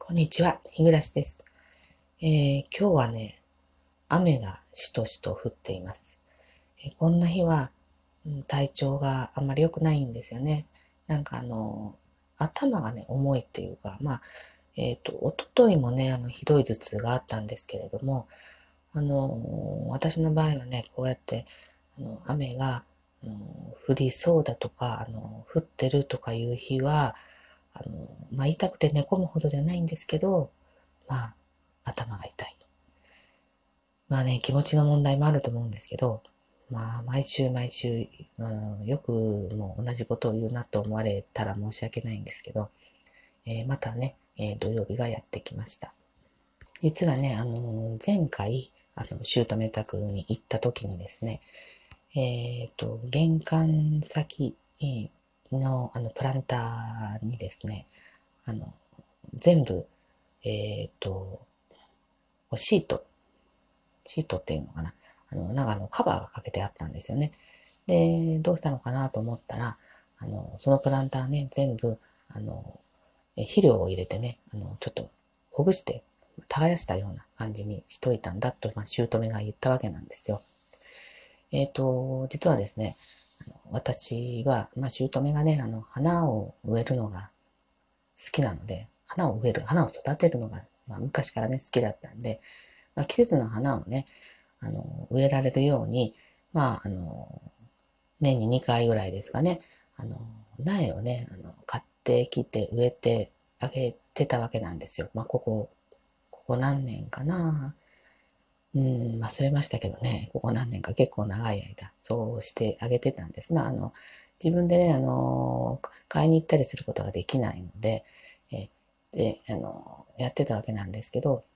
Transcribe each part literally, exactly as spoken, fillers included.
こんにちは、日暮です。えー、今日はね、雨がしとしと降っています。えーこんな日は、うん、体調があんまり良くないんですよね。なんかあの、頭がね、重いっていうか、まあ、えっと、一昨日もね、あの、ひどい頭痛があったんですけれども、あの、私の場合はね、こうやって、あの、雨が、あの、降りそうだとか、あの、降ってるとかいう日は、あの、まあ、痛くて寝込むほどじゃないんですけど、まあ、頭が痛い。まあね、気持ちの問題もあると思うんですけど、まあ、毎週毎週、うん、よくもう同じことを言うなと思われたら申し訳ないんですけど、えーまたね、えー土曜日がやってきました。実はね、あのー前回、あの、姑宅に行った時にですね、えっと、玄関先の、あの、プランターにですね、あの、全部、えっと、シートシートっていうのかな。あの、なんかあの、カバーがかけてあったんですよね。で、どうしたのかなと思ったら、あの、そのプランターね、全部、あの、肥料を入れてね、あの、ちょっとほぐして、耕したような感じにしといたんだと、まあ、姑が言ったわけなんですよ。えっと、実はですね、私は、まあ、姑がね、あの、花を植えるのが好きなので、花を植える、花を育てるのが、まあ、昔からね、好きだったんで、まあ、季節の花をね、あの、植えられるように、まあ、あの、年ににかいぐらいですかね、あの、苗をね、あの、買ってきて植えてあげてたわけなんですよ。まあ、ここ、ここ何年かな。うん、忘れましたけどね、ここ何年か結構長い間、そうしてあげてたんです。まあ、あの、自分でね、あの、買いに行ったりすることができないので、えで、あの、やってたわけなんですけど、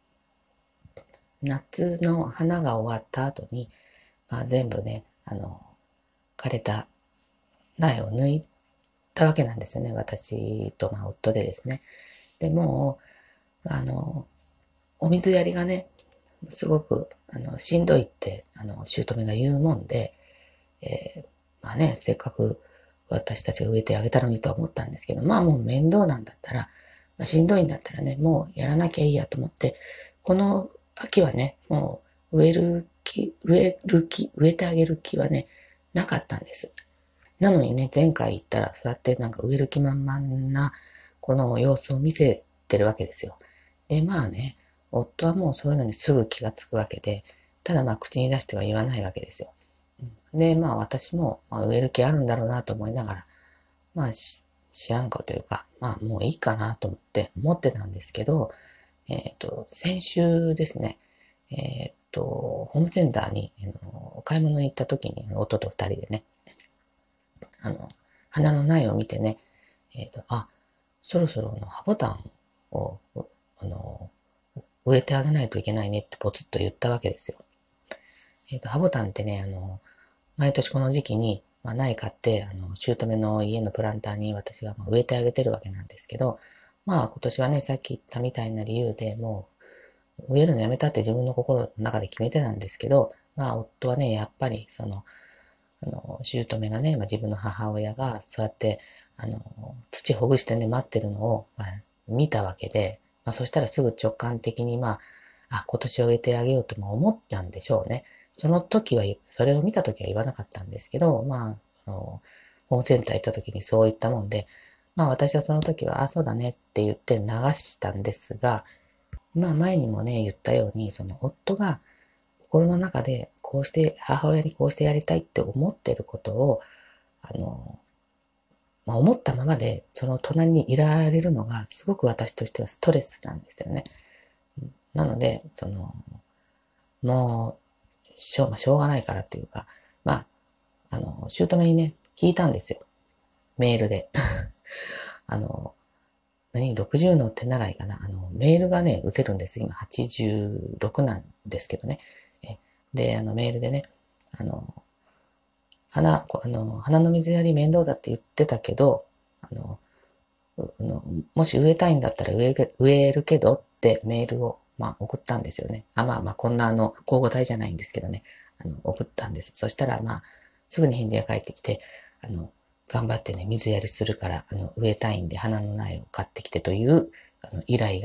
夏の花が終わった後に、まあ、全部ね、あの、枯れた苗を抜いたわけなんですよね。私と、まあ、夫でですね。で、もう、あの、お水やりがね、すごく、あの、しんどいって、あの、姑が言うもんで、えーまあね、せっかく私たちが植えてあげたのにとは思ったんですけど、まあもう面倒なんだったら、まあ、しんどいんだったらね、もうやらなきゃいいやと思って、この秋はね、もう植える木、植える木、植えてあげる木はね、なかったんです。なのにね、前回行ったら、そうやってなんか植える気満々な、この様子を見せてるわけですよ。で、まあね、夫はもうそういうのにすぐ気がつくわけで、ただまあ口に出しては言わないわけですよ。で、まあ私も、まあ、植える気あるんだろうなと思いながら、まあ知らんかというか、まあもういいかなと思って思ってたんですけど、えっと、先週ですね、えっと、ホームセンターに、あの、お買い物に行った時に、夫と二人でね、あの、花の苗を見てね、えっと、あ、そろそろあの、葉ボタンを、あの、植えてあげないといけないねってポツッと言ったわけですよ。えっと、葉ボタンってね、あの、毎年この時期に、まあ、苗買って、あの、姑の家のプランターに私が植えてあげてるわけなんですけど、まあ今年はね、さっき言ったみたいな理由でもう植えるのやめたって自分の心の中で決めてたんですけど、まあ夫はね、やっぱりその、あの、姑がね、まあ、自分の母親がそうやって、あの、土ほぐしてね、待ってるのを、まあ、見たわけで、まあそしたらすぐ直感的に、まあ、あ、今年は植えてあげようとも思ったんでしょうね。その時は、それを見た時は言わなかったんですけど、まあ、あの、ホームセンター行った時にそう言ったもんで、まあ私はその時は、あ、そうだねって言って流したんですが、まあ前にもね、言ったように、その夫が心の中でこうして、母親にこうしてやりたいって思ってることを、あの、まあ思ったままで、その隣にいられるのが、すごく私としてはストレスなんですよね。なので、その、もう、しょう、まあ、しょうがないからっていうか、まあ、あの、姑にね、聞いたんですよ。メールで。あの、何 ?ろくじゅう の手習いかな。あの、メールがね、打てるんです。今、はちじゅうろくなんですけどね。えで、あの、メールでね、あの、花、あの、花の水やり面倒だって言ってたけど、あの、あのもし植えたいんだったら植え植えるけどってメールを、まあ、送ったんですよね。あ、まあまあ、こんなあの、交互体じゃないんですけどね。あの、送ったんです。そしたら、まあ、すぐに返事が返ってきて、あの、頑張ってね、水やりするから、あの、植えたいんで花の苗を買ってきてという、あの、依頼が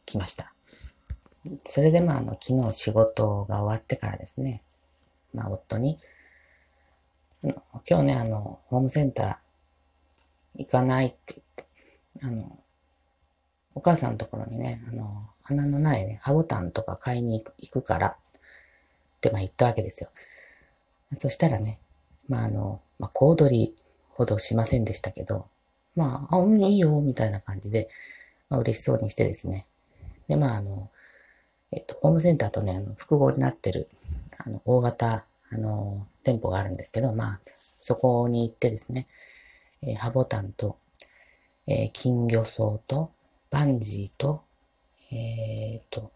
来ました。それでまあ、あの、昨日仕事が終わってからですね、まあ、夫に、今日ね、あの、ホームセンター行かないって言って、あの、お母さんのところにね、あの、花の苗ね、葉ボタンとか買いに行くから、ってまあ言ったわけですよ。そしたらね、まああの、まあ小躍りほどしませんでしたけど、まあ、あ、うん、いいよ、みたいな感じで、まあ嬉しそうにしてですね。で、まああの、えっと、ホームセンターとね、あの複合になってる、あの、大型、あの、店舗があるんですけど、まあ、そこに行ってですね、えー、葉ボタンと、えー、金魚草と、パンジーと、えーと、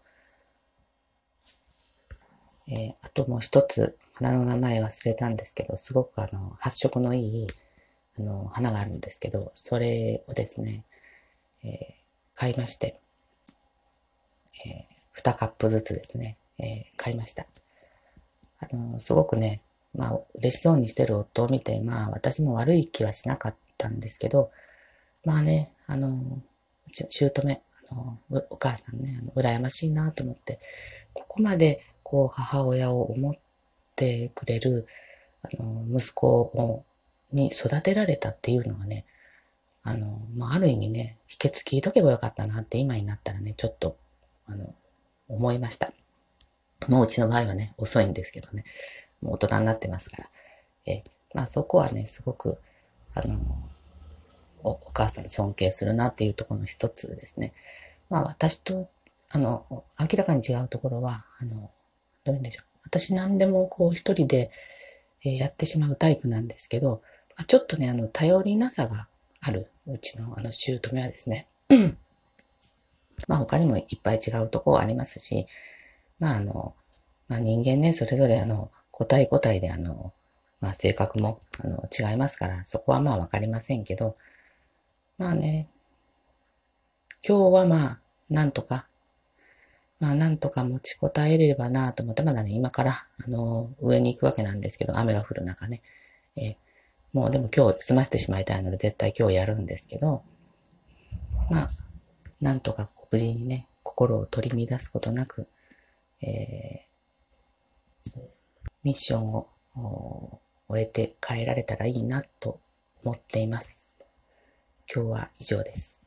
えー、あともう一つ、花の名前忘れたんですけど、すごくあの、発色のいい、あの、花があるんですけど、それをですね、えー買いまして、えー、にカップずつですね、えー買いました。あの、すごくね、まあ、嬉しそうにしてる夫を見て、まあ、私も悪い気はしなかったんですけど、まあね、あの、姑、あの、お母さんね、あの羨ましいなと思って、ここまで、こう、母親を思ってくれる、あの、息子を、に育てられたっていうのがね、あの、まあ、ある意味ね、秘訣聞いとけばよかったなって今になったらね、ちょっと、あの、思いました。もううちの場合はね、遅いんですけどね、もう大人になってますから。え、まあそこはね、すごく、あの、お、お母さんに尊敬するなっていうところの一つですね。まあ私と、あの、明らかに違うところは、あの、どういうんでしょう。私何でもこう一人でやってしまうタイプなんですけど、ちょっとね、あの、頼りなさがある、うちのあの、姑はですね。まあ他にもいっぱい違うところありますし、まああの、まあ人間ね、それぞれあの、個体個体であの、まあ性格もあの違いますから、そこはまあわかりませんけど、まあね、今日はまあ、なんとか、まあなんとか持ちこたえれればなと思って、まだね、今からあの、上に行くわけなんですけど、雨が降る中ね、えーもうでも今日済ませてしまいたいので絶対今日やるんですけど、まあ、なんとか無事にね、心を取り乱すことなく、えー、ミッションを終えて帰られたらいいなと思っています。今日は以上です。